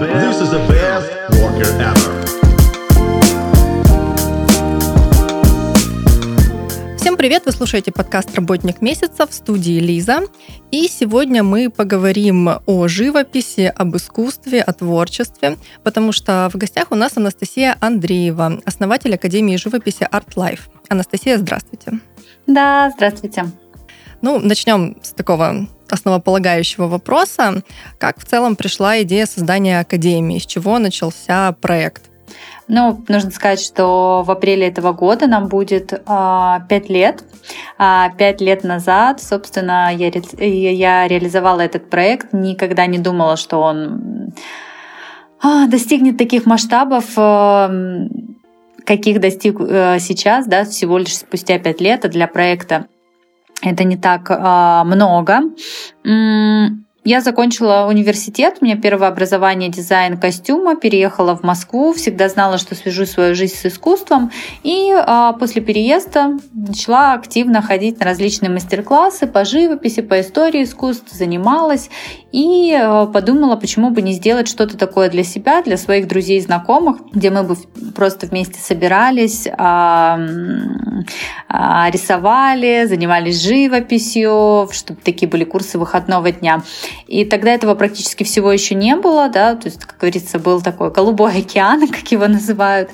This is the best worker ever. Всем привет! Вы слушаете подкаст «Работник месяца», в студии Лиза. И сегодня мы поговорим о живописи, об искусстве, о творчестве, потому что в гостях у нас Анастасия Андреева, основатель Академии живописи ArtLife. Анастасия, здравствуйте. Да, здравствуйте. Начнем с такого основополагающего вопроса. Как в целом пришла идея создания Академии? С чего начался проект? Нужно сказать, что в апреле этого года нам будет 5 лет. 5 лет назад, собственно, я реализовала этот проект. Никогда не думала, что он достигнет таких масштабов, каких достиг сейчас, да, всего лишь спустя 5 лет. А для проекта это не так много. Я закончила университет, у меня первое образование дизайн костюма, переехала в Москву, всегда знала, что свяжу свою жизнь с искусством, и после переезда начала активно ходить на различные мастер-классы по живописи, по истории искусств, занималась и подумала, почему бы не сделать что-то такое для себя, для своих друзей и знакомых, где мы бы просто вместе собирались, рисовали, занимались живописью, чтобы такие были курсы выходного дня. И тогда этого практически всего еще не было, да, то есть, как говорится, был такой голубой океан, как его называют.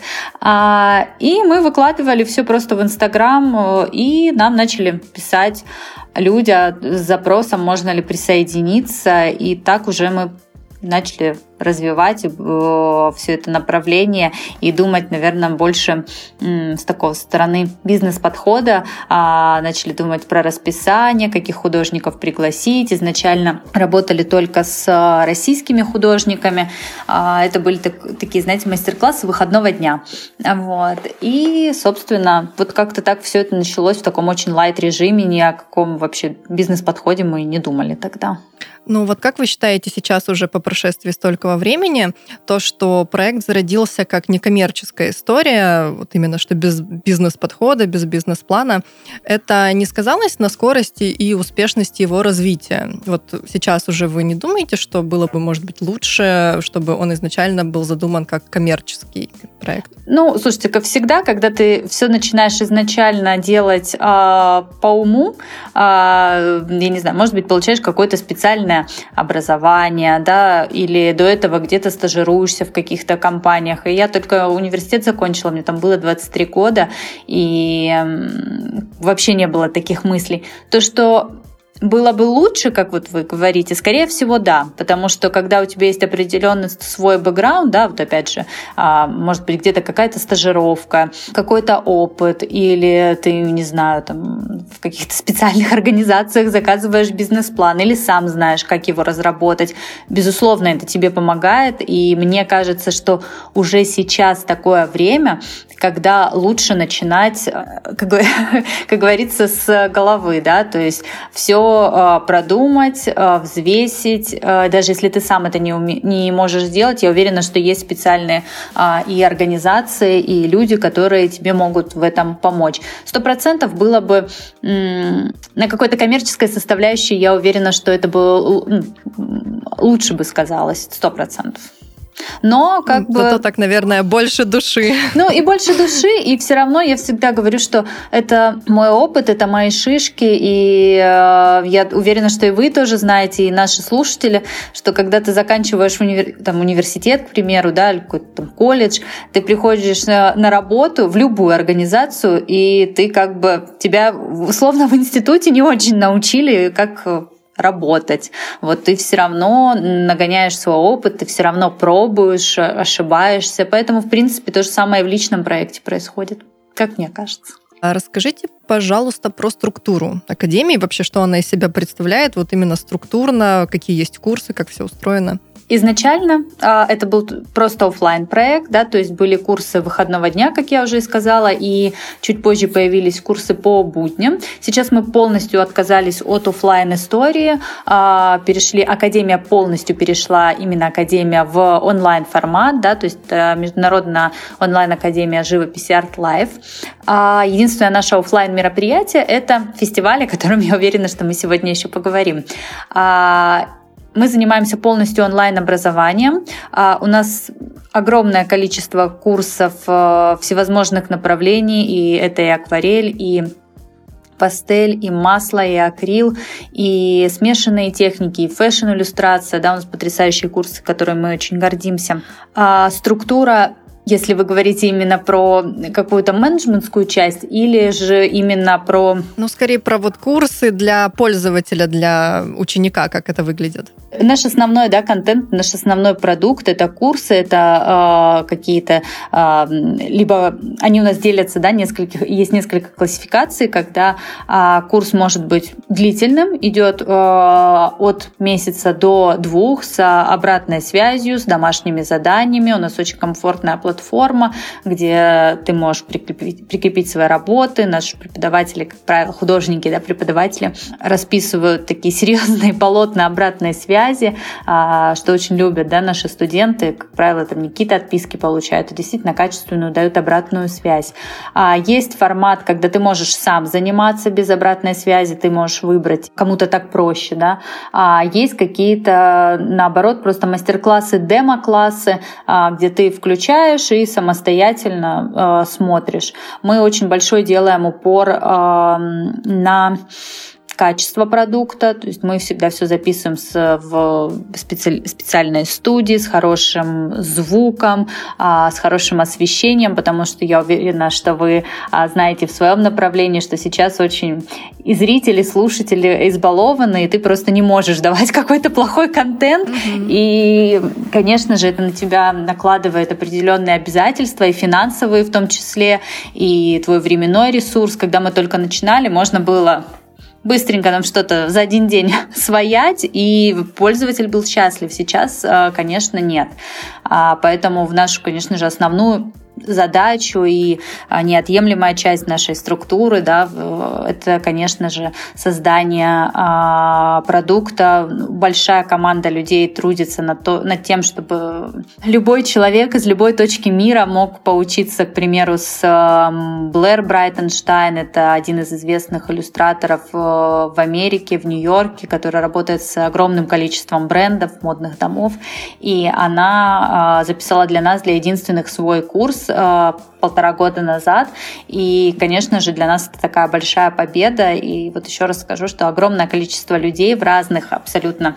И мы выкладывали все просто в Инстаграм, и нам начали писать люди с запросом, можно ли присоединиться, и так уже мы начали развивать все это направление и думать, наверное, больше с такой стороны бизнес-подхода. Начали думать про расписание, каких художников пригласить. Изначально работали только с российскими художниками. Это были такие, знаете, мастер-классы выходного дня. Вот. И, собственно, вот как-то так все это началось в таком очень лайт-режиме, ни о каком вообще бизнес-подходе мы не думали тогда. Вот как вы считаете сейчас уже по прошествии столького времени, то, что проект зародился как некоммерческая история, вот именно что без бизнес-подхода, без бизнес-плана, это не сказалось на скорости и успешности его развития? Вот сейчас уже вы не думаете, что было бы, может быть, лучше, чтобы он изначально был задуман как коммерческий проект? Слушайте, как всегда, когда ты все начинаешь изначально делать по уму, я не знаю, может быть, получаешь какое-то специальное образование, да, или до этого где-то стажируешься в каких-то компаниях. И я только университет закончила, мне там было 23 года, и вообще не было таких мыслей. То, что было бы лучше, как вот вы говорите, скорее всего, да, потому что когда у тебя есть определенный свой бэкграунд, да, вот опять же, может быть, где-то какая-то стажировка, какой-то опыт, или ты, не знаю, там в каких-то специальных организациях заказываешь бизнес-план, или сам знаешь, как его разработать. Безусловно, это тебе помогает, и мне кажется, что уже сейчас такое время, когда лучше начинать, как говорится, с головы, да, то есть все продумать, взвесить. Даже если ты сам это не можешь сделать, я уверена, что есть специальные и организации, и люди, которые тебе могут в этом помочь. 100% было бы на какой-то коммерческой составляющей, я уверена, что это бы лучше бы сказалось, 100%. Но Зато так, наверное, больше души. И больше души, и все равно я всегда говорю, что это мой опыт, это мои шишки, и я уверена, что и вы тоже знаете, и наши слушатели, что когда ты заканчиваешь университет, к примеру, да, или какой-то там колледж, ты приходишь на работу в любую организацию, и ты тебя условно в институте не очень научили, как работать. Вот ты все равно нагоняешь свой опыт, ты все равно пробуешь, ошибаешься. Поэтому, в принципе, то же самое и в личном проекте происходит, как мне кажется. Расскажите, пожалуйста, про структуру Академии, вообще, что она из себя представляет, вот именно структурно, какие есть курсы, как все устроено. Изначально это был просто офлайн проект, да, то есть были курсы выходного дня, как я уже и сказала, и чуть позже появились курсы по будням. Сейчас мы полностью отказались от офлайн истории, Академия полностью перешла, именно Академия, в онлайн формат, да, то есть международная онлайн Академия живописи ArtLife. Единственное наше офлайн мероприятие — это фестиваль, о котором я уверена, что мы сегодня еще поговорим. Мы занимаемся полностью онлайн-образованием. У нас огромное количество курсов всевозможных направлений, и это и акварель, и пастель, и масло, и акрил, и смешанные техники, и фэшн-иллюстрация. Да, у нас потрясающие курсы, которыми мы очень гордимся. Структура, если вы говорите именно про какую-то менеджментскую часть или же именно про... Скорее про вот курсы для пользователя, для ученика, как это выглядит. Наш основной, контент, наш основной продукт — это курсы, это какие-то... либо они у нас делятся, есть несколько классификаций, когда курс может быть длительным, идет от месяца до 2 с обратной связью, с домашними заданиями. У нас очень комфортная платформа, где ты можешь прикрепить свои работы. Наши преподаватели, как правило, художники, преподаватели расписывают такие серьезные полотна обратной связи, что очень любят наши студенты. Как правило, там не какие-то отписки получают, а действительно качественную дают обратную связь. Есть формат, когда ты можешь сам заниматься без обратной связи, ты можешь выбрать, кому-то так проще. Есть какие-то, наоборот, просто мастер-классы, демо-классы, где ты включаешь и самостоятельно смотришь. Мы очень большой делаем упор на качество продукта, то есть мы всегда все записываем в специальной студии с хорошим звуком, с хорошим освещением, потому что я уверена, что вы знаете в своем направлении, что сейчас очень и зрители, и слушатели избалованы, и ты просто не можешь давать какой-то плохой контент, и, конечно же, это на тебя накладывает определенные обязательства, и финансовые в том числе, и твой временной ресурс. Когда мы только начинали, можно было быстренько нам что-то за один день своять, и пользователь был счастлив. Сейчас, конечно, нет. Поэтому в нашу, конечно же, основную задачу и неотъемлемая часть нашей структуры, это, конечно же, создание продукта. Большая команда людей трудится над тем, чтобы любой человек из любой точки мира мог поучиться, к примеру, с Блэр Брайтенштайн. Это один из известных иллюстраторов в Америке, в Нью-Йорке, который работает с огромным количеством брендов, модных домов. И она записала для нас, для единственных, свой курс 1,5 года назад. И, конечно же, для нас это такая большая победа. И вот еще раз скажу, что огромное количество людей в разных абсолютно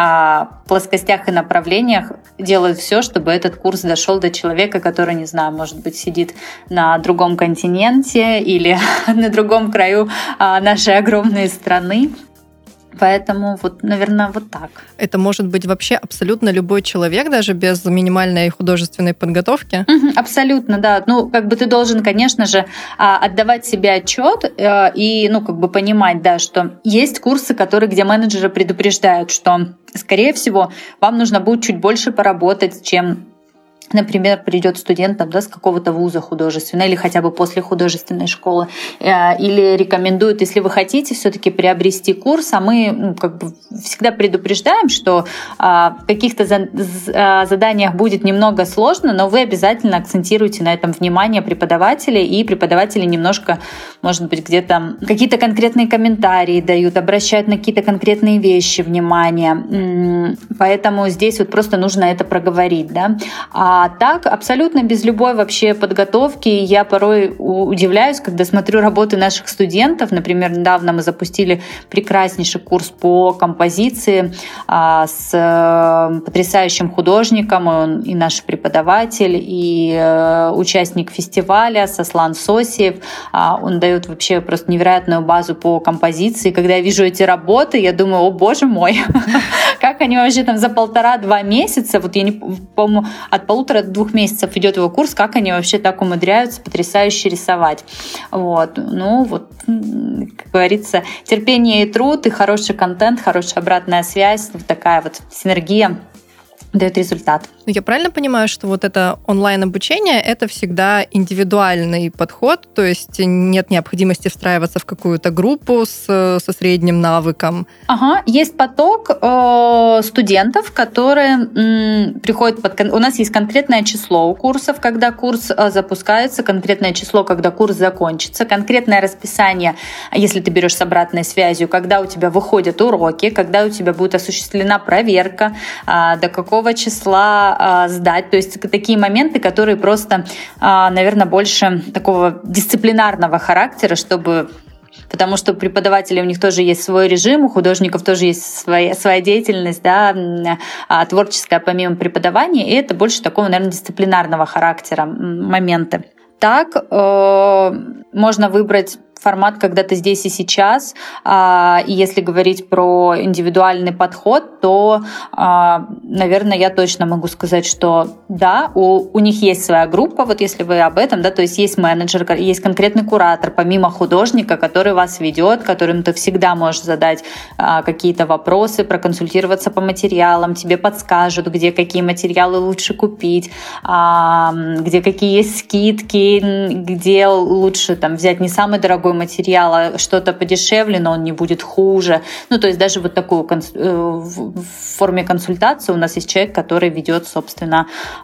плоскостях и направлениях делают все, чтобы этот курс дошел до человека, который, не знаю, может быть, сидит на другом континенте или на другом краю нашей огромной страны. Поэтому, наверное, так. Это может быть вообще абсолютно любой человек, даже без минимальной художественной подготовки? Абсолютно, да. Ты должен, конечно же, отдавать себе отчет и, понимать, что есть курсы, где менеджеры предупреждают, что, скорее всего, вам нужно будет чуть больше поработать, чем, например, придет студент с какого-то вуза художественного или хотя бы после художественной школы, или рекомендуют, если вы хотите все-таки приобрести курс, а мы всегда предупреждаем, что в каких-то заданиях будет немного сложно, но вы обязательно акцентируете на этом внимание преподавателей, и преподаватели немножко, может быть, где-то какие-то конкретные комментарии дают, обращают на какие-то конкретные вещи внимание. Поэтому здесь просто нужно это проговорить, А так, абсолютно без любой вообще подготовки, я порой удивляюсь, когда смотрю работы наших студентов. Например, недавно мы запустили прекраснейший курс по композиции с потрясающим художником, он и наш преподаватель, и участник фестиваля Сослан Сосиев. Он дает вообще просто невероятную базу по композиции. Когда я вижу эти работы, я думаю, о боже мой, как они вообще за 1,5-2 месяца, я не помню, от 1,5 до 2 месяцев идет его курс, как они вообще так умудряются потрясающе рисовать. Как говорится, терпение и труд, и хороший контент, хорошая обратная связь, такая синергия дает результат. Ну, я правильно понимаю, что вот это онлайн-обучение — это всегда индивидуальный подход, то есть нет необходимости встраиваться в какую-то группу со средним навыком? Ага, есть поток студентов, которые приходят у нас есть конкретное число у курсов, когда курс запускается, конкретное число, когда курс закончится, конкретное расписание, если ты берешь с обратной связью, когда у тебя выходят уроки, когда у тебя будет осуществлена проверка, до какого числа сдать. То есть такие моменты, которые просто, наверное, больше такого дисциплинарного характера, потому что у преподавателей у них тоже есть свой режим, у художников тоже есть своя деятельность, да, творческая помимо преподавания, и это больше такого, наверное, дисциплинарного характера моменты. Так, можно выбрать формат, когда ты здесь и сейчас. И если говорить про индивидуальный подход, то, наверное, я точно могу сказать, что да, у них есть своя группа, вот если вы об этом, да, то есть есть менеджер, есть конкретный куратор, помимо художника, который вас ведет, которым ты всегда можешь задать какие-то вопросы, проконсультироваться по материалам, тебе подскажут, где какие материалы лучше купить, где какие есть скидки, где лучше там взять не самый дорогой материал, а что-то подешевле, но он не будет хуже. Ну, то есть даже вот такую в форме консультации у нас есть человек, который ведет, собственно,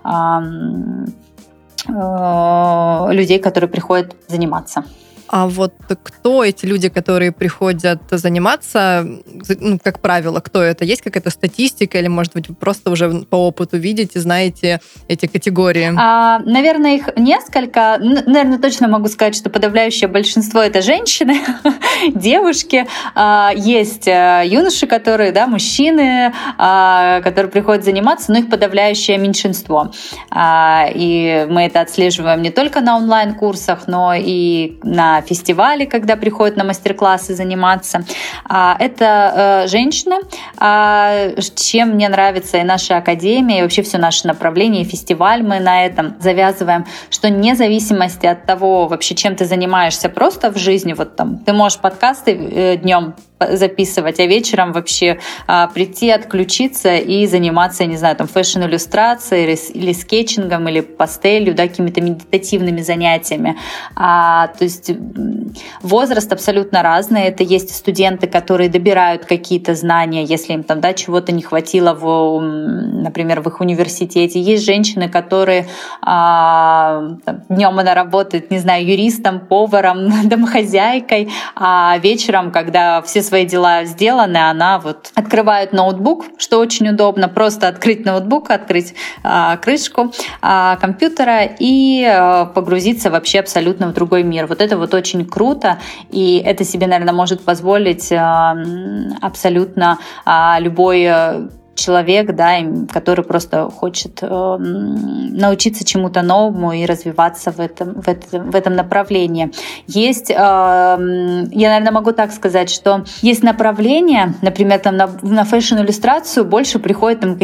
людей, которые приходят заниматься. А вот кто эти люди, которые приходят заниматься, ну, как правило, кто это? Есть какая-то статистика или, может быть, вы просто уже по опыту видите, знаете эти категории? Наверное, их несколько. Наверное, точно могу сказать, что подавляющее большинство — это женщины, девушки. Есть юноши, которые, да, мужчины, которые приходят заниматься, но их подавляющее меньшинство. И мы это отслеживаем не только на онлайн-курсах, но и на фестивале, когда приходят на мастер-классы заниматься. Это женщины. Чем мне нравится и наша академия, и вообще все наше направление, и фестиваль мы на этом завязываем, что вне зависимости от того, вообще, чем ты занимаешься просто в жизни, вот там, ты можешь подкасты днем записывать, а вечером вообще прийти, отключиться и заниматься, не знаю, там, фэшн-иллюстрацией или скетчингом, или пастелью, да, какими-то медитативными занятиями. То есть возраст абсолютно разный. Это есть студенты, которые добирают какие-то знания, если им там, да, чего-то не хватило, например, в их университете. Есть женщины, которые днем она работает, не знаю, юристом, поваром, домохозяйкой, а вечером, когда все свои дела сделаны, она вот открывает ноутбук, что очень удобно, просто открыть ноутбук, открыть крышку компьютера и погрузиться вообще абсолютно в другой мир. Вот это вот очень круто, и это себе, наверное, может позволить абсолютно любой человек, да, который просто хочет научиться чему-то новому и развиваться в этом направлении. Есть, я, наверное, могу так сказать, что есть направления, например, там на фэшн-иллюстрацию больше приходят там,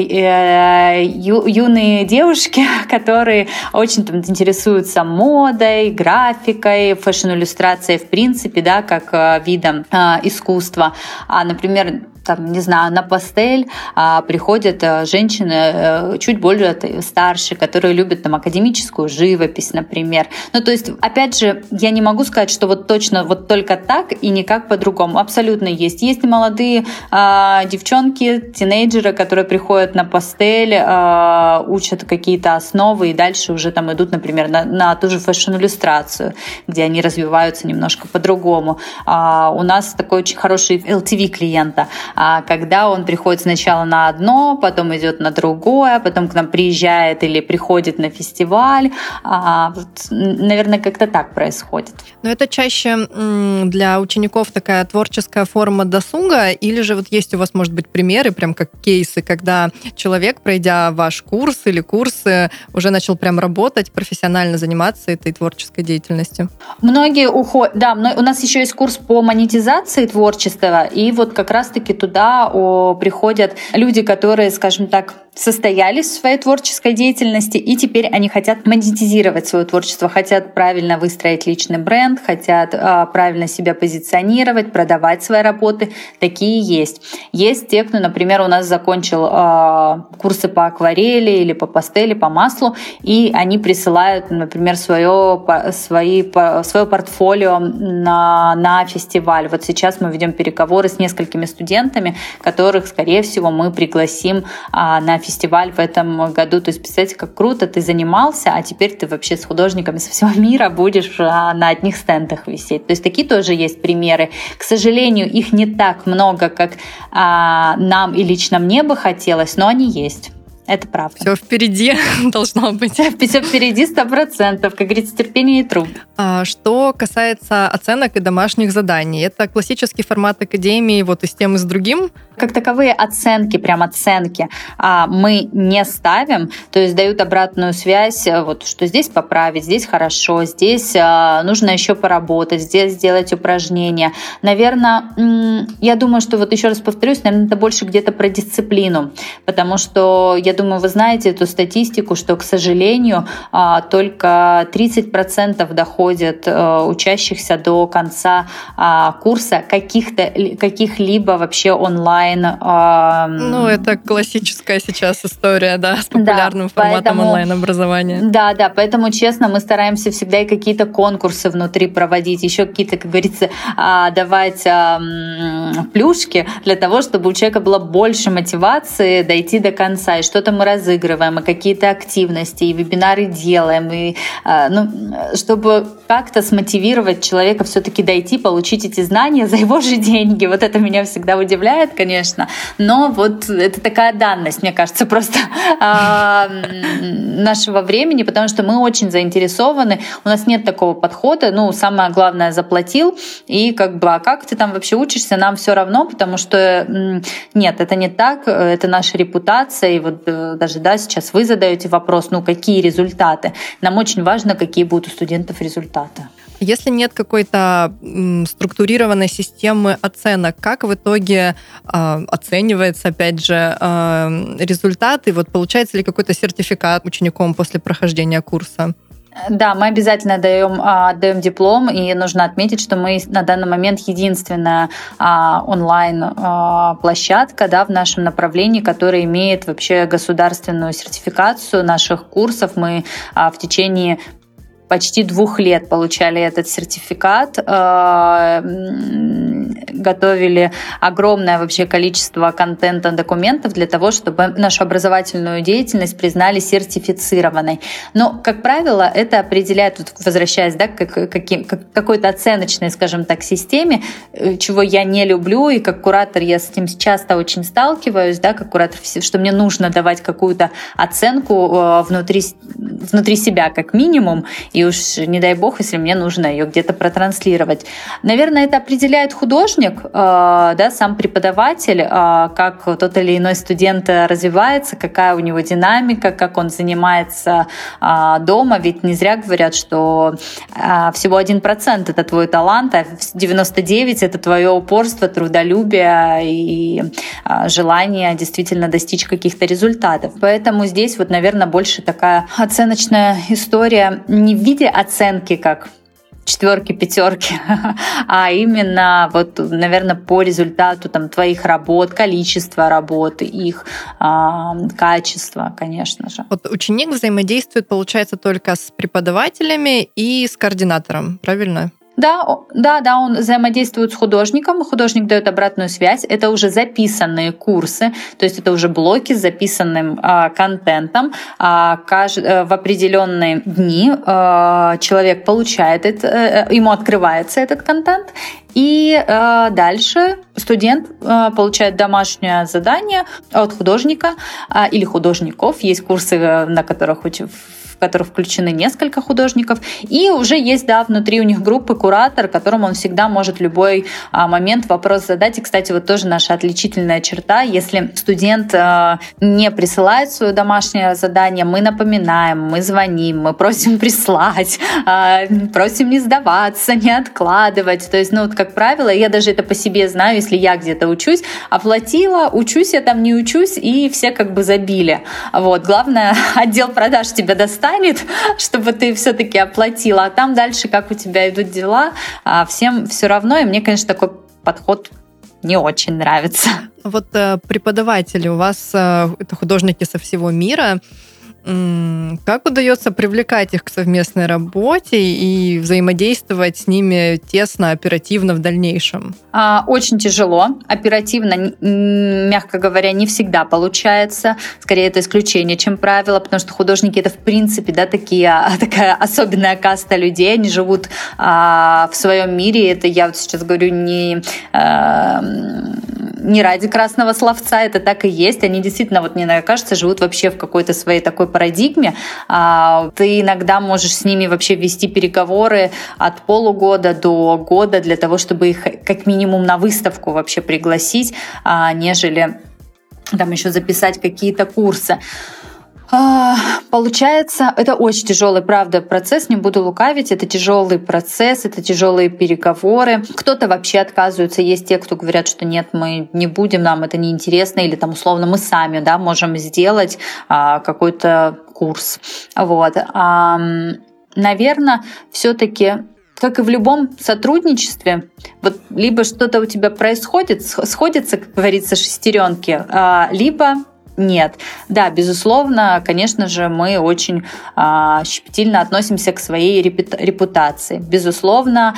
юные девушки, которые очень там интересуются модой, графикой, фэшн-иллюстрацией в принципе, да, как видом искусства. Например, там, не знаю, на пастель приходят женщины чуть более старше, которые любят там академическую живопись, например. Ну, то есть, опять же, я не могу сказать, что вот точно вот только так и никак по-другому. Абсолютно есть. Есть и молодые девчонки, тинейджеры, которые приходят на пастель, учат какие-то основы и дальше уже там идут, например, на ту же фэшн-иллюстрацию, где они развиваются немножко по-другому. У нас такой очень хороший LTV клиента, когда он приходит сначала на одно, потом идет на другое, потом к нам приезжает или приходит на фестиваль. Вот, наверное, как-то так происходит. Но это чаще для учеников такая творческая форма досуга, или же вот есть у вас, может быть, примеры, прям как кейсы, когда человек, пройдя ваш курс или курсы, уже начал прям работать, профессионально заниматься этой творческой деятельностью? Многие уходят. Да, у нас еще есть курс по монетизации творчества, и вот как раз-таки туда приходят люди, которые, скажем так, состоялись в своей творческой деятельности, и теперь они хотят монетизировать свое творчество, хотят правильно выстроить личный бренд, хотят правильно себя позиционировать, продавать свои работы. Такие есть. Есть те, кто, например, у нас закончил курсы по акварели или по пастели, по маслу, и они присылают, например, свое портфолио на фестиваль. Вот сейчас мы ведем переговоры с несколькими студентами, которых, скорее всего, мы пригласим на фестиваль в этом году. То есть, представьте, как круто, ты занимался, а теперь ты вообще с художниками со всего мира будешь на одних стендах висеть. То есть такие тоже есть примеры. К сожалению, их не так много, как нам и лично мне бы хотелось, но они есть. Это правда. Все впереди должно быть. Все впереди 100%, как говорится, терпение и труд. Что касается оценок и домашних заданий, это классический формат академии вот и с тем, и с другим? Как таковые оценки, прям оценки мы не ставим, то есть дают обратную связь, вот, что здесь поправить, здесь хорошо, здесь нужно еще поработать, здесь сделать упражнения. Наверное, я думаю, что вот еще раз повторюсь, наверное, это больше где-то про дисциплину, потому что, я думаю, вы знаете эту статистику, что, к сожалению, только 30% доходят учащихся до конца курса каких-либо вообще онлайн. Это классическая сейчас история, да, с популярным форматом онлайн-образования. Да, поэтому, честно, мы стараемся всегда и какие-то конкурсы внутри проводить, еще какие-то, как говорится, давать плюшки для того, чтобы у человека было больше мотивации дойти до конца. И что-то мы разыгрываем, и какие-то активности, и вебинары делаем, и чтобы как-то смотивировать человека все-таки дойти, получить эти знания за его же деньги. Вот это меня всегда удивляет, конечно. Но вот это такая данность, мне кажется, просто нашего времени, потому что мы очень заинтересованы. У нас нет такого подхода. Самое главное, заплатил, и а как ты там вообще учишься, нам все равно, потому что нет, это не так, это наша репутация. И вот даже сейчас вы задаете вопрос, какие результаты. Нам очень важно, какие будут у студентов результаты. Если нет какой-то структурированной системы оценок, как в итоге оценивается, опять же, результаты? Вот получается ли какой-то сертификат ученикам после прохождения курса? Да, мы обязательно отдаем диплом, и нужно отметить, что мы на данный момент единственная онлайн-площадка в нашем направлении, которая имеет вообще государственную сертификацию наших курсов. Мы в течение почти 2 лет получали этот сертификат, готовили огромное вообще количество контента, документов для того, чтобы нашу образовательную деятельность признали сертифицированной. Но, как правило, это определяет, возвращаясь к какой-то оценочной, скажем так, системе, чего я не люблю, и как куратор я с этим часто очень сталкиваюсь, как куратор, что мне нужно давать какую-то оценку внутри себя как минимум, и уж не дай бог, если мне нужно ее где-то протранслировать. Наверное, это определяет художник, сам преподаватель, как тот или иной студент развивается, какая у него динамика, как он занимается дома. Ведь не зря говорят, что всего 1% это твой талант, а 99% это твое упорство, трудолюбие и желание действительно достичь каких-то результатов. Поэтому здесь, наверное, больше такая оценочная история не в виде оценки, как 4, 5, а именно, наверное, по результату твоих работ, количества работ, их качество, конечно же. Ученик взаимодействует, получается, только с преподавателями и с координатором, правильно? Да, он взаимодействует с художником, художник дает обратную связь, это уже записанные курсы, то есть это уже блоки с записанным контентом. В определенные дни человек получает ему открывается этот контент, и дальше студент получает домашнее задание от художника или художников. Есть курсы, в которых включены несколько художников, и уже есть, внутри у них группы куратор, которому он всегда может в любой момент вопрос задать. И, кстати, тоже наша отличительная черта, если студент не присылает свое домашнее задание, мы напоминаем, мы звоним, мы просим прислать, просим не сдаваться, не откладывать. То есть, как правило, я даже это по себе знаю, если я где-то учусь, оплатила, учусь я там, не учусь, и все как бы забили. Вот. Главное, отдел продаж тебя достанет, чтобы ты все-таки оплатила, а там дальше, как у тебя идут дела, всем все равно, и мне, конечно, такой подход не очень нравится. Вот преподаватели у вас это художники со всего мира. Как удается привлекать их к совместной работе и взаимодействовать с ними тесно, оперативно в дальнейшем? Очень тяжело. Оперативно, мягко говоря, не всегда получается. Скорее, это исключение, чем правило, потому что художники — это, в принципе, да, такая особенная каста людей. Они живут в своем мире. Это я вот сейчас говорю не ради красного словца, это так и есть. Они действительно, вот мне кажется, живут вообще в какой-то своей такой парадигме. Ты иногда можешь с ними вообще вести переговоры от полугода до года для того, чтобы их как минимум на выставку вообще пригласить, нежели там еще записать какие-то курсы. Получается, это очень тяжелый, правда, процесс, не буду лукавить, это тяжелый процесс, это тяжелые переговоры. Кто-то вообще отказывается, есть те, кто говорят, что нет, мы не будем, нам это неинтересно, или там условно мы сами, да, можем сделать какой-то курс. Вот. Наверное, все-таки как и в любом сотрудничестве, вот либо что-то у тебя происходит, сходятся, как говорится, шестеренки, либо нет. Да, безусловно, конечно же, мы очень щепетильно относимся к своей репутации. Безусловно,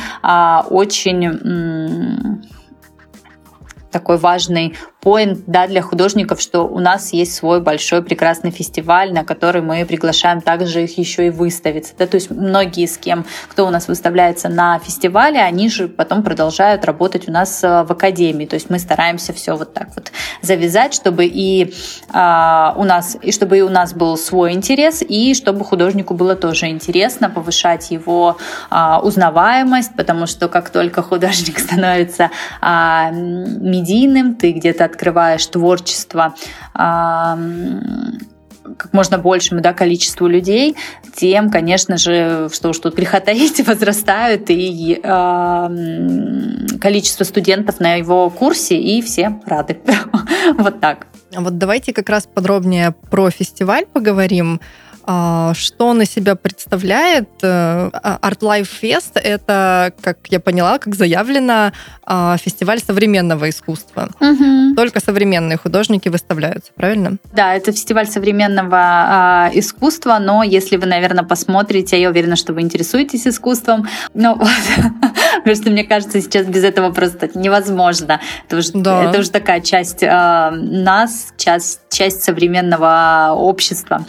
очень такой важный поинт, да, для художников, что у нас есть свой большой прекрасный фестиваль, на который мы приглашаем также их еще и выставиться. Да? То есть многие кто у нас выставляется на фестивале, они же потом продолжают работать у нас в академии. То есть мы стараемся все вот так вот завязать, чтобы у нас был свой интерес, и чтобы художнику было тоже интересно, повышать его узнаваемость, потому что как только художник становится медийным, ты где-то открываешь творчество как можно большему, да, количеству людей, тем, конечно же, что уж тут греха таить, возрастают и количество студентов на его курсе, и все рады. Вот так. Вот давайте как раз подробнее про фестиваль поговорим. Что он из себя представляет? Art Life Fest — это, как я поняла, как заявлено, фестиваль современного искусства. Угу. Только современные художники выставляются, правильно? Да, это фестиваль современного искусства, но если вы, наверное, посмотрите, я уверена, что вы интересуетесь искусством, потому что, мне кажется, сейчас без этого просто невозможно. Это уже такая часть нас, часть современного общества.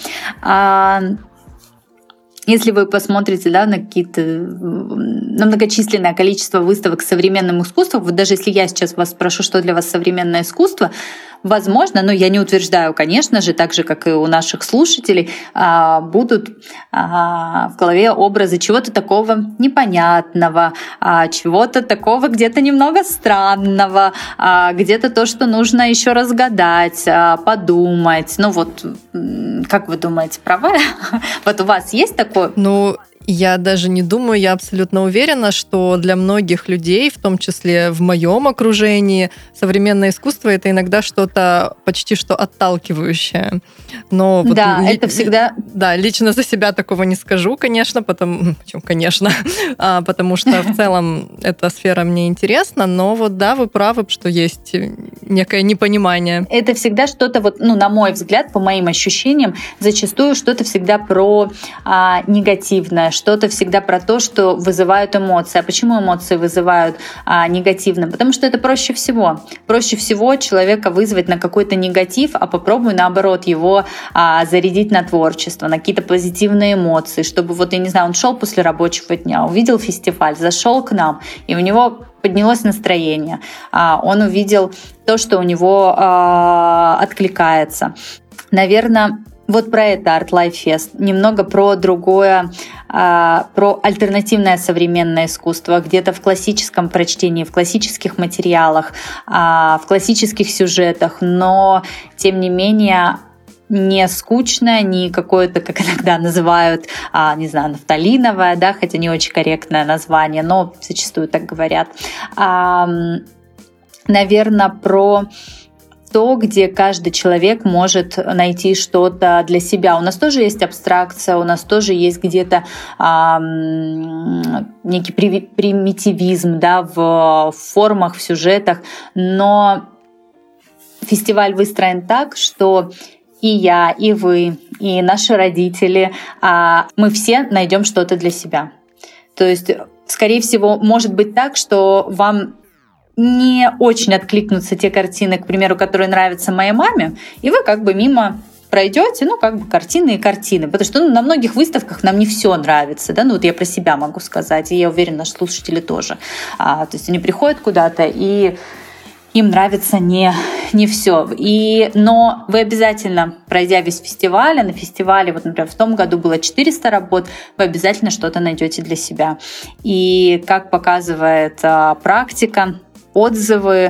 Если вы посмотрите, да, на многочисленное количество выставок с современным искусством, вот даже если я сейчас вас спрошу, что для вас современное искусство, возможно, но я не утверждаю, конечно же, так же, как и у наших слушателей, будут в голове образы чего-то такого непонятного, чего-то такого где-то немного странного, где-то то, что нужно еще разгадать, подумать. Ну вот, как вы думаете, права? Вот у вас есть такое? Я даже не думаю, я абсолютно уверена, что для многих людей, в том числе в моем окружении, современное искусство — это иногда что-то почти что отталкивающее. Но да, это всегда... Да, лично за себя такого не скажу, конечно, потому что в целом эта сфера мне интересна, но вот да, вы правы, что есть некое непонимание. Это всегда что-то, на мой взгляд, по моим ощущениям, зачастую что-то всегда про негативное, что-то всегда про то, что вызывают эмоции. А почему эмоции вызывают негативно? Потому что это проще всего. Проще всего человека вызвать на какой-то негатив, а попробуй наоборот его зарядить на творчество, на какие-то позитивные эмоции, чтобы он шел после рабочего дня, увидел фестиваль, зашел к нам, и у него поднялось настроение. Он увидел то, что у него откликается. Наверное, вот про это Art Life Fest. Немного про другое, про альтернативное современное искусство, где-то в классическом прочтении, в классических материалах, в классических сюжетах, но, тем не менее, не скучное, не какое-то, как иногда называют, не знаю, нафталиновое, да, хотя не очень корректное название, но зачастую так говорят. Наверное, про то, где каждый человек может найти что-то для себя. У нас тоже есть абстракция, у нас тоже есть где-то некий примитивизм, да, в формах, в сюжетах, но фестиваль выстроен так, что и я, и вы, и наши родители, мы все найдем что-то для себя. То есть, скорее всего, может быть так, что вам не очень откликнутся те картины, к примеру, которые нравятся моей маме, и вы как бы мимо пройдете, картины и картины. Потому что на многих выставках нам не все нравится. Да? Я про себя могу сказать, и я уверена, наши слушатели тоже. То есть они приходят куда-то, и им нравится не все. Но вы обязательно, пройдя весь фестиваль, на фестивале, например, в том году было 400 работ, вы обязательно что-то найдете для себя. И как показывает практика, отзывы,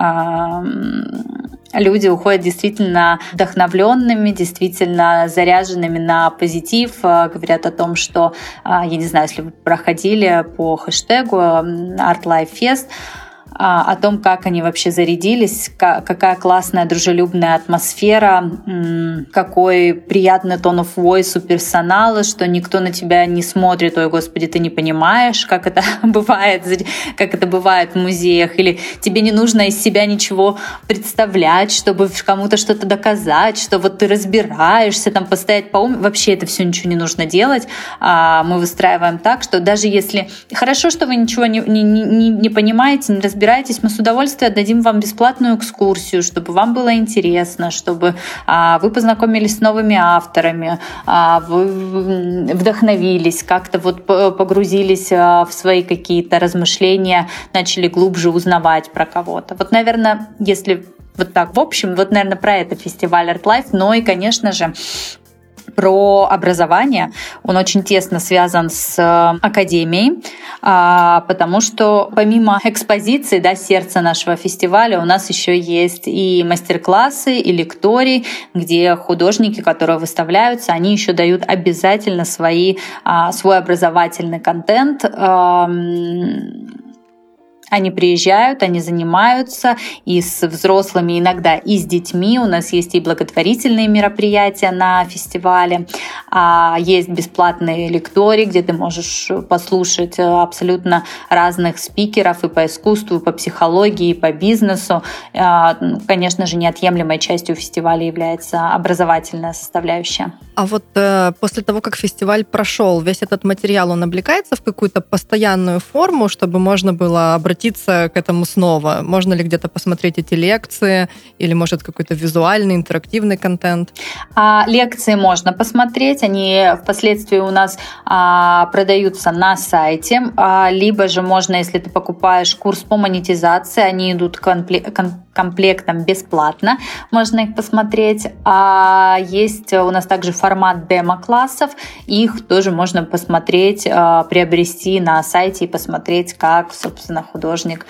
люди уходят действительно вдохновленными, действительно заряженными на позитив, говорят о том, что, я не знаю, если вы проходили по хэштегу ArtLifeFest, о том, как они вообще зарядились, какая классная, дружелюбная атмосфера, какой приятный tone of voice у персонала, что никто на тебя не смотрит, ой, господи, ты не понимаешь, как это бывает в музеях, или тебе не нужно из себя ничего представлять, чтобы кому-то что-то доказать, что ты разбираешься, постоять по уму. Вообще это все ничего не нужно делать. Мы выстраиваем так, что даже если... Хорошо, что вы ничего не понимаете, не разбираетесь, мы с удовольствием дадим вам бесплатную экскурсию, чтобы вам было интересно, чтобы вы познакомились с новыми авторами, вы вдохновились, как-то погрузились в свои какие-то размышления, начали глубже узнавать про кого-то. Наверное, если так в общем, наверное, про это фестиваль ArtLife, но и, конечно же, про образование. Он очень тесно связан с академией, потому что помимо экспозиции, сердца нашего фестиваля, у нас еще есть и мастер-классы, и лектории, где художники, которые выставляются, они еще дают обязательно свой образовательный контент. Они приезжают, они занимаются и с взрослыми, иногда и с детьми. У нас есть и благотворительные мероприятия на фестивале, есть бесплатные лектории, где ты можешь послушать абсолютно разных спикеров и по искусству, и по психологии, и по бизнесу. Конечно же, неотъемлемой частью фестиваля является образовательная составляющая. А после того, как фестиваль прошел, весь этот материал, он облекается в какую-то постоянную форму, чтобы можно было обратиться к этому снова? Можно ли где-то посмотреть эти лекции или, может, какой-то визуальный, интерактивный контент? Лекции можно посмотреть, они впоследствии у нас продаются на сайте, либо же можно, если ты покупаешь курс по монетизации, они идут комплектом бесплатно, можно их посмотреть. Есть у нас также формат демо-классов, их тоже можно посмотреть, приобрести на сайте и посмотреть, как, собственно, художник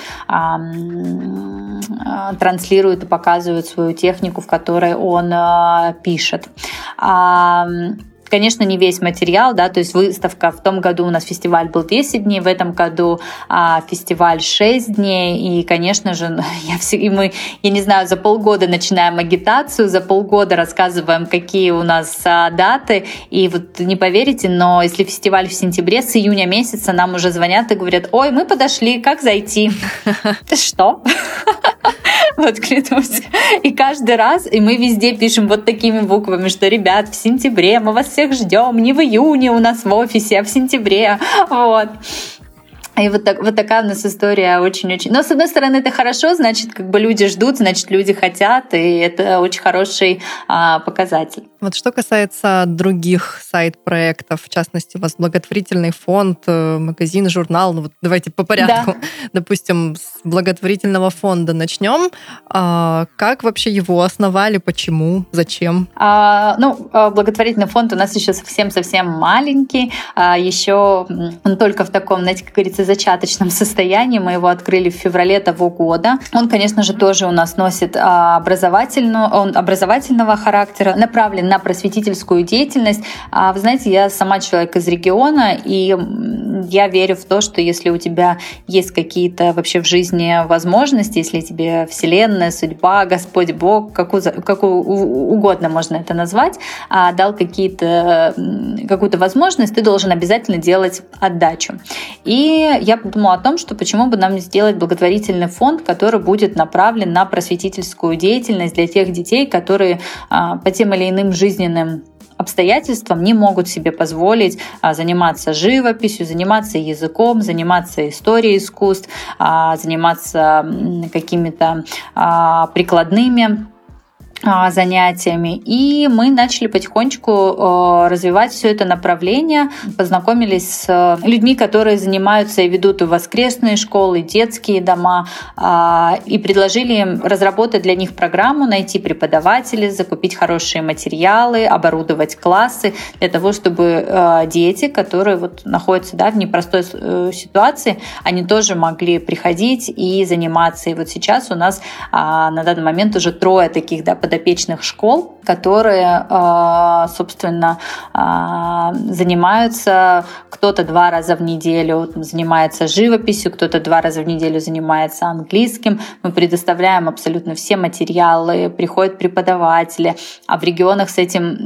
транслирует и показывает свою технику, в которой он пишет. Конечно, не весь материал, то есть выставка в том году у нас фестиваль был 10 дней, в этом году фестиваль 6 дней, и, конечно же, я не знаю, за полгода начинаем агитацию, за полгода рассказываем, какие у нас даты, и не поверите, но если фестиваль в сентябре, с июня месяца нам уже звонят и говорят: ой, мы подошли, как зайти? Ты что? Клянусь. И каждый раз, и мы везде пишем такими буквами, что, ребят, в сентябре мы вас всех ждем, не в июне у нас в офисе, а в сентябре. И такая у нас история очень-очень... Но, с одной стороны, это хорошо, значит, люди ждут, значит, люди хотят, и это очень хороший показатель. Вот что касается других сайт-проектов, в частности, у вас благотворительный фонд, магазин, журнал. Ну, вот давайте по порядку. Да. Допустим, с благотворительного фонда начнем. Как вообще его основали, почему, зачем? Благотворительный фонд у нас еще совсем-совсем маленький. Еще он только в таком, знаете, как говорится, зачаточном состоянии. Мы его открыли в феврале того года. Он, конечно же, тоже у нас носит образовательного характера, направлен на просветительскую деятельность. Вы знаете, я сама человек из региона, и я верю в то, что если у тебя есть какие-то вообще в жизни возможности, если тебе Вселенная, судьба, Господь Бог, какую угодно можно это назвать, дал какую-то возможность, ты должен обязательно делать отдачу. И я подумала о том, что почему бы нам не сделать благотворительный фонд, который будет направлен на просветительскую деятельность для тех детей, которые по тем или иным жизненным обстоятельствам не могут себе позволить заниматься живописью, заниматься языком, заниматься историей искусств, заниматься какими-то прикладными занятиями. И мы начали потихонечку развивать все это направление, познакомились с людьми, которые занимаются и ведут и воскресные школы, и детские дома, и предложили им разработать для них программу, найти преподавателей, закупить хорошие материалы, оборудовать классы для того, чтобы дети, которые находятся в непростой ситуации, они тоже могли приходить и заниматься. И вот сейчас у нас на данный момент уже 3 таких подопечных школ, которые, собственно, занимаются, кто-то 2 раза в неделю занимается живописью, кто-то 2 раза в неделю занимается английским. Мы предоставляем абсолютно все материалы, приходят преподаватели, а в регионах с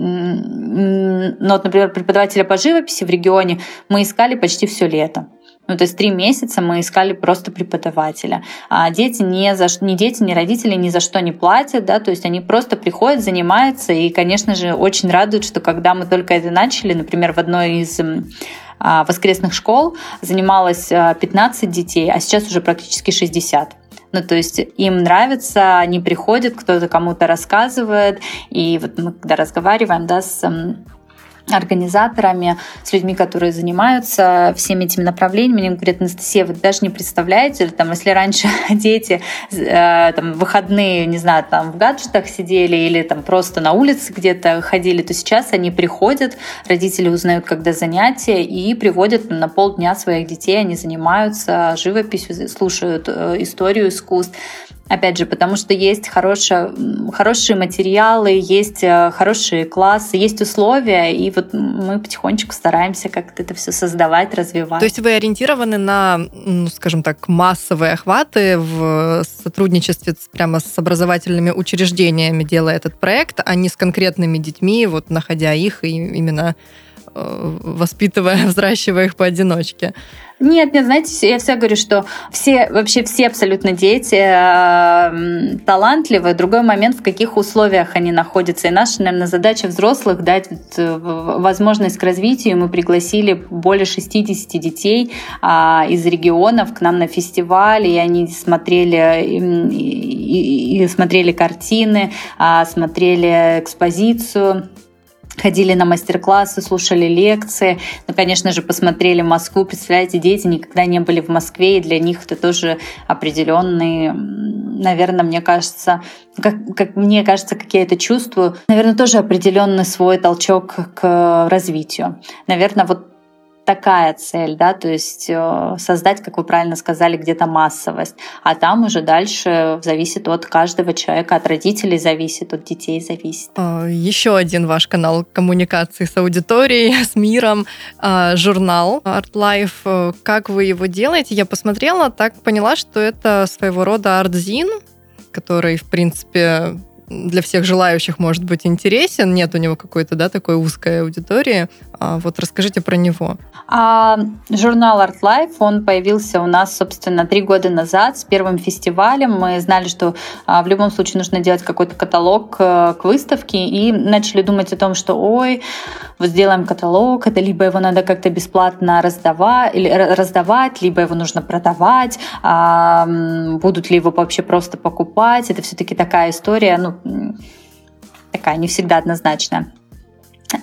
этим, например, преподавателя по живописи в регионе мы искали почти все лето. То есть 3 месяца мы искали просто преподавателя. А дети ни родители ни за что не платят, да, то есть они просто приходят, занимаются, и, конечно же, очень радует, что когда мы только это начали, например, в одной из воскресных школ занималось 15 детей, а сейчас уже практически 60. То есть им нравится, они приходят, кто-то кому-то рассказывает, и вот мы когда разговариваем, с организаторами, с людьми, которые занимаются всеми этими направлениями, они говорят: Анастасия, вы даже не представляете, если раньше дети в выходные, не знаю, в гаджетах сидели или просто на улице где-то ходили, то сейчас они приходят, родители узнают, когда занятия, и приводят на полдня своих детей, они занимаются живописью, слушают историю искусств. Опять же, потому что есть хорошие материалы, есть хорошие классы, есть условия, и вот мы потихонечку стараемся как-то это все создавать, развивать. То есть вы ориентированы на, скажем так, массовые охваты в сотрудничестве прямо с образовательными учреждениями, делая этот проект, а не с конкретными детьми, находя их и именно воспитывая, взращивая их поодиночке? Нет, знаете, я всегда говорю, что все абсолютно дети талантливые. Другой момент, в каких условиях они находятся. И наша, наверное, задача взрослых дать возможность к развитию. Мы пригласили более 60 детей из регионов к нам на фестиваль, и они смотрели картины, смотрели экспозицию, ходили на мастер-классы, слушали лекции. Конечно же, посмотрели Москву. Представляете, дети никогда не были в Москве, и для них это тоже определенный, наверное, мне кажется, как я это чувствую, наверное, тоже определенный свой толчок к развитию. Наверное, такая цель, да, то есть создать, как вы правильно сказали, где-то массовость. А там уже дальше зависит от каждого человека, от родителей зависит, от детей зависит. Еще один ваш канал коммуникации с аудиторией, с миром, журнал Art Life. Как вы его делаете? Я посмотрела, так поняла, что это своего рода арт-зин, который, в принципе, для всех желающих может быть интересен. Нет у него какой-то, такой узкой аудитории. Расскажите про него. Журнал Art Life, он появился у нас, собственно, 3 года назад с первым фестивалем. Мы знали, что в любом случае нужно делать какой-то каталог к выставке, и начали думать о том, что сделаем каталог, это либо его надо как-то бесплатно раздавать, либо его нужно продавать, будут ли его вообще просто покупать. Это все-таки такая история, такая не всегда однозначная.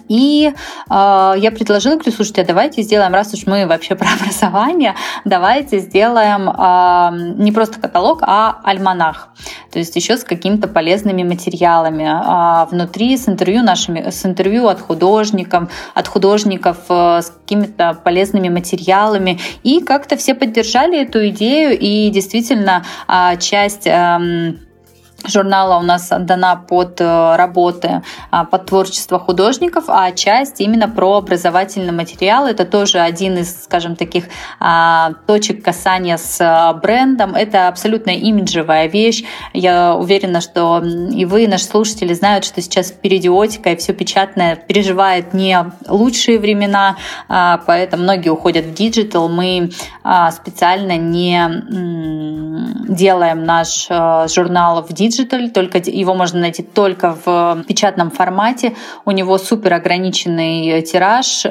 И я предложила, говорю, слушайте, а давайте сделаем, раз уж мы вообще про образование, давайте сделаем не просто каталог, а альманах. То есть еще с какими-то полезными материалами внутри, с интервью от художников, с какими-то полезными материалами. И как-то все поддержали эту идею, и действительно часть журнала у нас отдана под работы, под творчество художников, а часть именно про образовательный материал. Это тоже один из, скажем, таких точек касания с брендом. Это абсолютно имиджевая вещь. Я уверена, что и вы, наши слушатели, знают, что сейчас периодика и все печатное переживает не лучшие времена, поэтому многие уходят в диджитал. Мы специально не делаем наш журнал в диджитал, только его можно найти только в печатном формате. У него супер ограниченный тираж,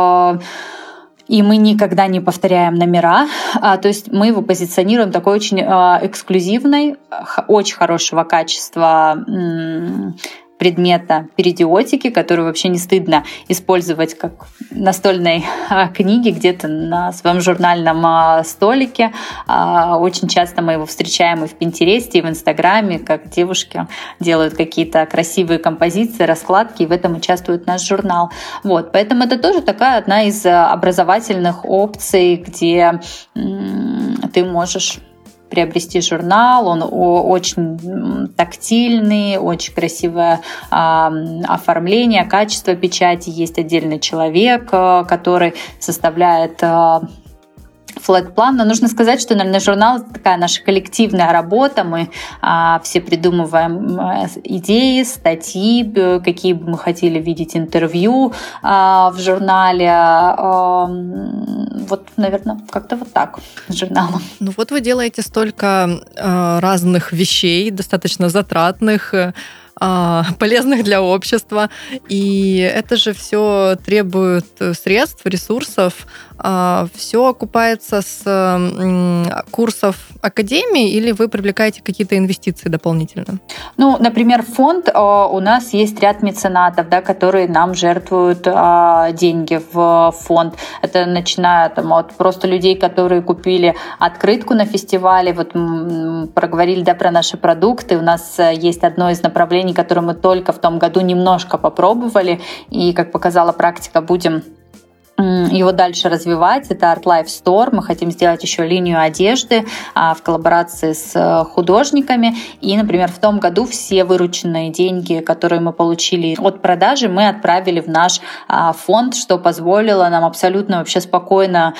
и мы никогда не повторяем номера. То есть мы его позиционируем такой очень эксклюзивной, очень хорошего качества предмета перидиотики, которую вообще не стыдно использовать как настольной книги где-то на своем журнальном столике. Очень часто мы его встречаем и в Пинтересте, и в Инстаграме, как девушки делают какие-то красивые композиции, раскладки, и в этом участвует наш журнал. Вот. Поэтому это тоже такая одна из образовательных опций, где ты можешь приобрести журнал, он очень тактильный, очень красивое оформление, качество печати, есть отдельный человек, который составляет флэт-план. Но нужно сказать, что, наверное, журнал — это такая наша коллективная работа. Мы все придумываем идеи, статьи, какие бы мы хотели видеть интервью в журнале. Вот, наверное, как-то вот так с журналом. Ну вот вы делаете столько разных вещей, достаточно затратных, полезных для общества. И это же все требует средств, ресурсов. Все окупается с курсов академии или вы привлекаете какие-то инвестиции дополнительно? Ну, например, фонд, у нас есть ряд меценатов, да, которые нам жертвуют деньги в фонд. Это начиная от просто людей, которые купили открытку на фестивале. Вот проговорили, да, про наши продукты. У нас есть одно из направлений, которое мы только в том году немножко попробовали. И, как показала практика, будем его дальше развивать. Это Art Life Store. Мы хотим сделать еще линию одежды в коллаборации с художниками. И, например, в том году все вырученные деньги, которые мы получили от продажи, мы отправили в наш фонд, что позволило нам абсолютно вообще спокойно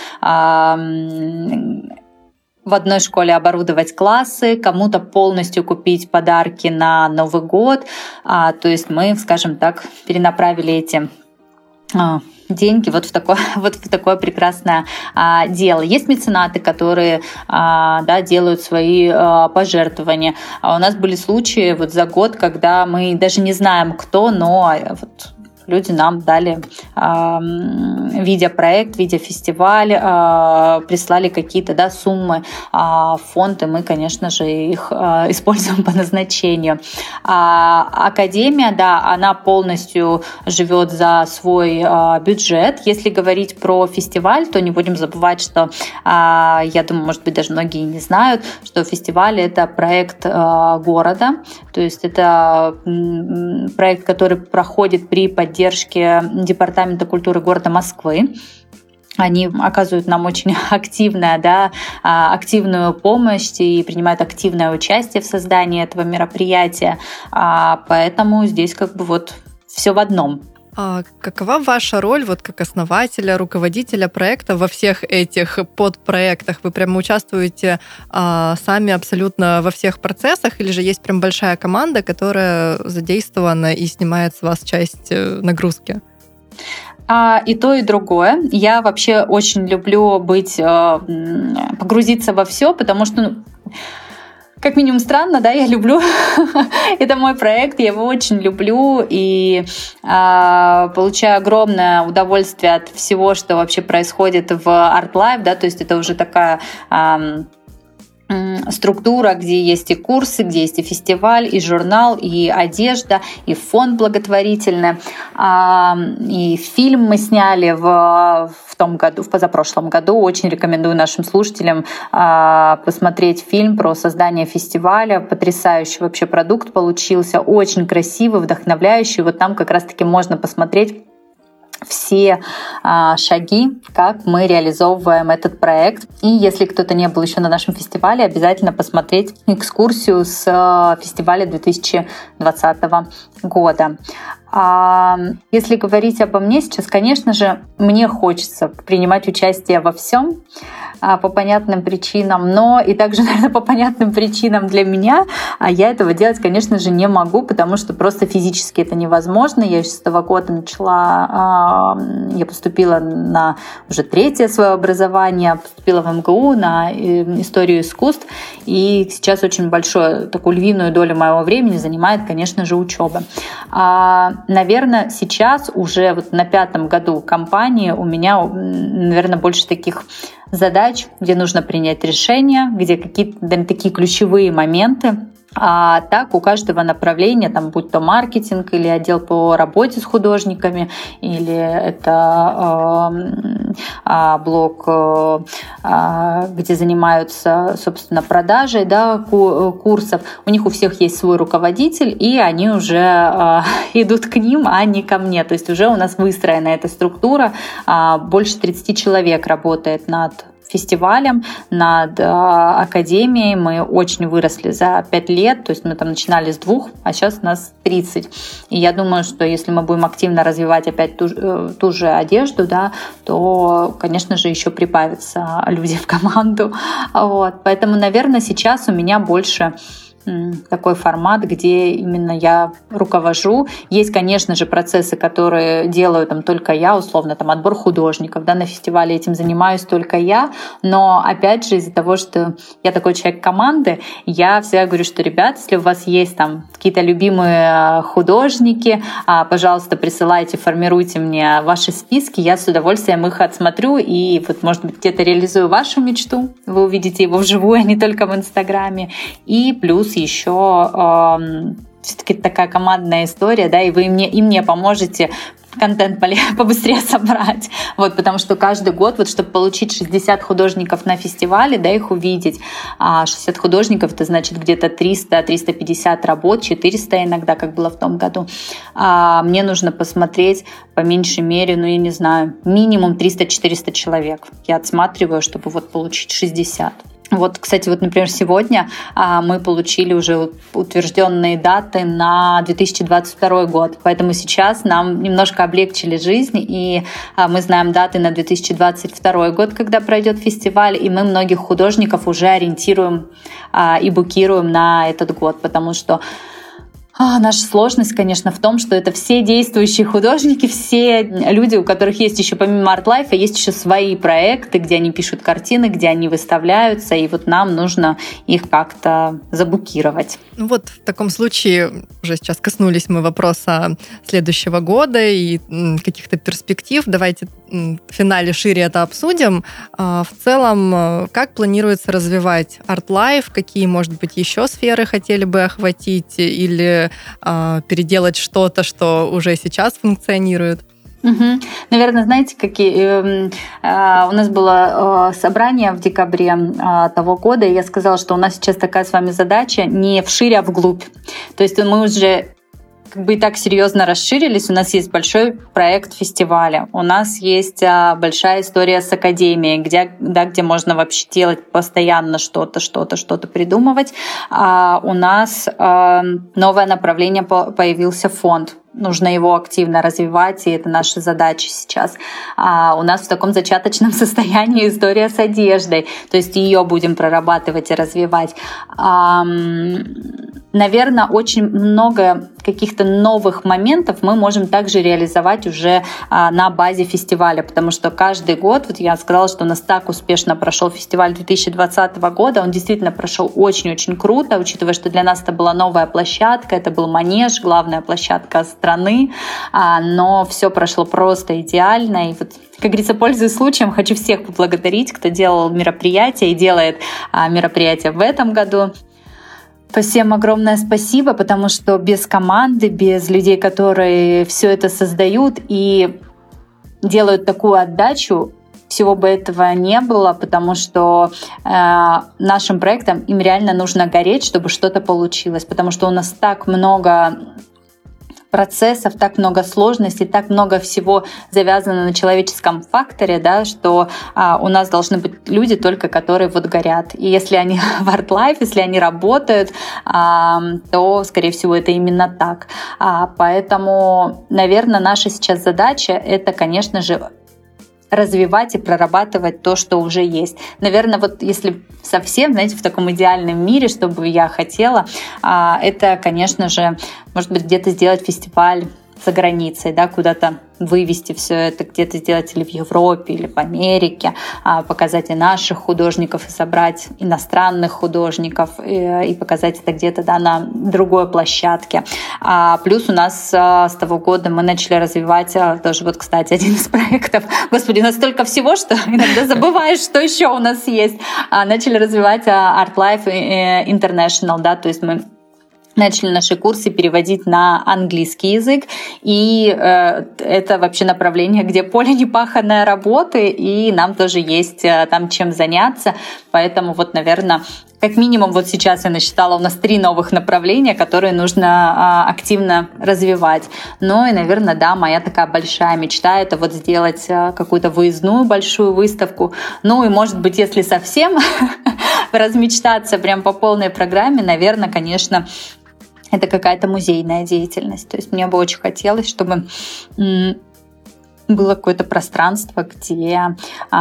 в одной школе оборудовать классы, кому-то полностью купить подарки на Новый год. То есть мы, скажем так, перенаправили эти деньги вот в такое прекрасное дело. Есть меценаты, которые делают свои пожертвования. У нас были случаи вот за год, когда мы даже не знаем, кто, но вот люди нам дали, видя проект, видя фестиваль, прислали какие-то суммы в фонд, и мы, конечно же, их используем по назначению. Академия, она полностью живет за свой бюджет. Если говорить про фестиваль, то не будем забывать, что, я думаю, может быть, даже многие не знают, что фестиваль — это проект города, то есть это проект, который проходит при поддержке Департамента культуры города Москвы. Они оказывают нам очень активную помощь и принимают активное участие в создании этого мероприятия. Поэтому здесь все в одном. А какова ваша роль как основателя, руководителя проекта во всех этих подпроектах? Вы прямо участвуете сами абсолютно во всех процессах, или же есть прям большая команда, которая задействована и снимает с вас часть нагрузки? И то, и другое. Я вообще очень люблю погрузиться во все, потому что как минимум странно, я люблю. Это мой проект, я его очень люблю и получаю огромное удовольствие от всего, что вообще происходит в Art Life, то есть это уже такая структура, где есть и курсы, где есть и фестиваль, и журнал, и одежда, и фонд благотворительный. И фильм мы сняли в том году, в позапрошлом году. Очень рекомендую нашим слушателям посмотреть фильм про создание фестиваля. Потрясающий вообще продукт получился, очень красивый, вдохновляющий. Вот там как раз-таки можно посмотреть все шаги, как мы реализовываем этот проект. И если кто-то не был еще на нашем фестивале, обязательно посмотреть экскурсию с фестиваля 2020 года. Если говорить обо мне сейчас, конечно же, мне хочется принимать участие во всем по понятным причинам, но и также, наверное, по понятным причинам для меня я этого делать, конечно же, не могу, потому что просто физически это невозможно. Я с 2006 года начала, я поступила на уже 3-е свое образование, поступила в МГУ на историю искусств, и сейчас очень большую, такую львиную долю моего времени занимает, конечно же, учеба. Наверное, сейчас уже вот на 5-м году компании у меня, наверное, больше таких задач, где нужно принять решения, где какие-то такие ключевые моменты. А так у каждого направления, там, будь то маркетинг или отдел по работе с художниками, или это блок, где занимаются, собственно, продажей, да, курсов, у них у всех есть свой руководитель, и они уже идут к ним, а не ко мне. То есть уже у нас выстроена эта структура, больше 30 человек работает над фестивалем, над академией. Мы очень выросли за 5 лет, то есть мы там начинали с 2, а сейчас нас 30. И я думаю, что если мы будем активно развивать опять ту же одежду, да, то, конечно же, еще прибавятся люди в команду. Вот. Поэтому, наверное, сейчас у меня больше такой формат, где именно я руковожу. Есть, конечно же, процессы, которые делаю там только я, условно, там отбор художников, да, на фестивале этим занимаюсь только я, но опять же из-за того, что я такой человек команды, я всегда говорю, что, ребят, если у вас есть там какие-то любимые художники, пожалуйста, присылайте, формируйте мне ваши списки, я с удовольствием их отсмотрю и вот, может быть, где-то реализую вашу мечту, вы увидите его вживую, а не только в Инстаграме, и плюс еще все-таки такая командная история, да, и вы мне поможете контент побыстрее собрать. Вот, потому что каждый год, вот, чтобы получить 60 художников на фестивале, да, их увидеть, 60 художников, это значит где-то 300-350 работ, 400 иногда, как было в том году. Мне нужно посмотреть по меньшей мере, ну, я не знаю, минимум 300-400 человек. Я отсматриваю, чтобы вот получить 60. Вот, кстати, вот, например, сегодня мы получили уже утвержденные даты на 2022 год, поэтому сейчас нам немножко облегчили жизнь, и мы знаем даты на 2022 год, когда пройдет фестиваль, и мы многих художников уже ориентируем и букируем на этот год, потому что наша сложность, конечно, в том, что это все действующие художники, все люди, у которых есть еще помимо арт-лайфа, есть еще свои проекты, где они пишут картины, где они выставляются, и вот нам нужно их как-то забукировать. Ну вот в таком случае, уже сейчас коснулись мы вопроса следующего года и каких-то перспектив. Давайте в финале шире это обсудим. В целом, как планируется развивать арт-лайф, какие, может быть, еще сферы хотели бы охватить или переделать что-то, что уже сейчас функционирует? Угу. Наверное, знаете, какие у нас было собрание в декабре того года, и я сказала, что у нас сейчас такая с вами задача не вширь, а вглубь. То есть мы уже как бы и так серьезно расширились. У нас есть большой проект фестиваля, у нас есть большая история с академией, где можно вообще делать постоянно что-то придумывать. У нас новое направление появился фонд. Нужно его активно развивать, и это наша задача сейчас. У нас в таком зачаточном состоянии история с одеждой, то есть ее будем прорабатывать и развивать. наверное, очень много каких-то новых моментов мы можем также реализовать уже на базе фестиваля, потому что каждый год, вот я сказала, что у нас так успешно прошел фестиваль 2020 года, он действительно прошел очень-очень круто, учитывая, что для нас это была новая площадка, это был Манеж, главная площадка страны, но все прошло просто идеально, и вот, как говорится, пользуясь случаем, хочу всех поблагодарить, кто делал мероприятие и делает мероприятие в этом году. Всем огромное спасибо, потому что без команды, без людей, которые все это создают и делают такую отдачу, всего бы этого не было, потому что нашим проектам им реально нужно гореть, чтобы что-то получилось, потому что у нас так много процессов, так много сложностей, так много всего завязано на человеческом факторе, да, что у нас должны быть люди только, которые вот горят. И если они в ArtLife, если они работают, то, скорее всего, это именно так. Поэтому, наверное, наша сейчас задача — это, конечно же, развивать и прорабатывать то, что уже есть. Наверное, вот если совсем, знаете, в таком идеальном мире, что бы я хотела, это, конечно же, может быть, где-то сделать фестиваль за границей, да, куда-то вывести все это, где-то сделать или в Европе, или в Америке, показать и наших художников, и собрать иностранных художников, и показать это где-то, да, на другой площадке. Плюс у нас с того года мы начали развивать тоже, вот, кстати, один из проектов. Господи, настолько всего, что иногда забываешь, что еще у нас есть. Начали развивать ArtLife International, да, то есть мы начали наши курсы переводить на английский язык, и это вообще направление, где поле непаханной работы, и нам тоже есть там чем заняться, поэтому вот, наверное, как минимум вот сейчас я насчитала, у нас 3 новых направления, которые нужно активно развивать. Ну и, наверное, да, моя такая большая мечта — это вот сделать какую-то выездную большую выставку. Ну и, может быть, если совсем размечтаться прям по полной программе, наверное, конечно, это какая-то музейная деятельность. То есть мне бы очень хотелось, чтобы было какое-то пространство, где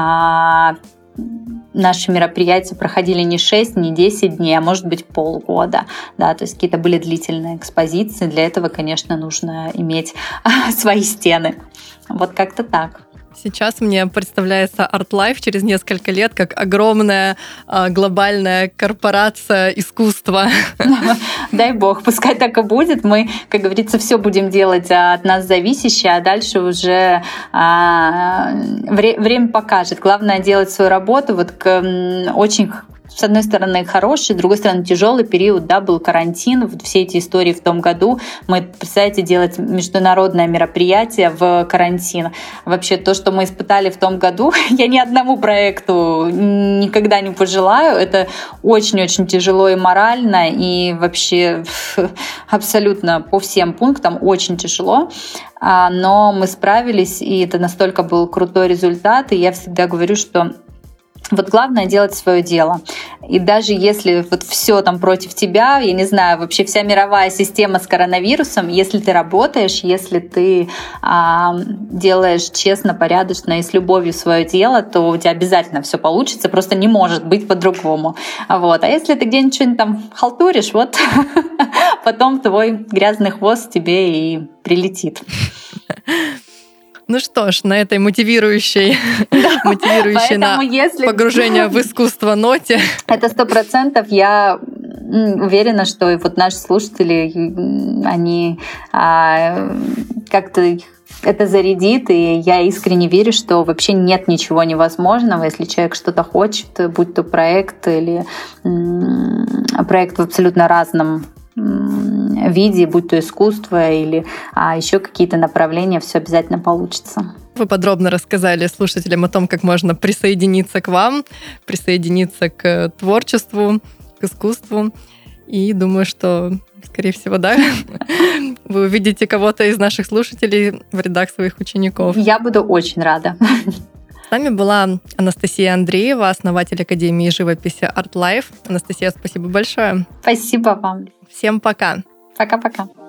наши мероприятия проходили не 6, не 10 дней, а может быть полгода. Да, то есть какие-то были длительные экспозиции. Для этого, конечно, нужно иметь свои стены. Вот как-то так. Сейчас мне представляется ArtLife через несколько лет как огромная глобальная корпорация искусства. Дай бог, пускай так и будет. Мы, как говорится, все будем делать от нас зависящее, а дальше уже время покажет. Главное делать свою работу. Вот очень, с одной стороны, хороший, с другой стороны, тяжелый период, да, был карантин, вот все эти истории в том году. Мы, представляете, делать международное мероприятие в карантин. Вообще то, что мы испытали в том году, я ни одному проекту никогда не пожелаю. Это очень-очень тяжело и морально, и вообще абсолютно по всем пунктам очень тяжело. Но мы справились, и это настолько был крутой результат. И я всегда говорю, что вот главное делать свое дело. И даже если вот все там против тебя, я не знаю, вообще вся мировая система с коронавирусом, если ты работаешь, если ты делаешь честно, порядочно и с любовью свое дело, то у тебя обязательно все получится, просто не может быть по-другому. Вот. А если ты где-нибудь что-нибудь там халтуришь, вот потом твой грязный хвост тебе и прилетит. Ну что ж, на этой мотивирующей на погружение в искусство ноте. Это 100%. Я уверена, что и вот наши слушатели, они как-то это зарядит, и я искренне верю, что вообще нет ничего невозможного, если человек что-то хочет, будь то проект или проект в абсолютно разном виде, будь то искусство или еще какие-то направления, все обязательно получится. Вы подробно рассказали слушателям о том, как можно присоединиться к вам, присоединиться к творчеству, к искусству. И думаю, что, скорее всего, да, вы увидите кого-то из наших слушателей в рядах своих учеников. Я буду очень рада. С нами была Анастасия Андреева, основатель Академии живописи ArtLife. Анастасия, спасибо большое. Спасибо вам. Всем пока. Пока-пока.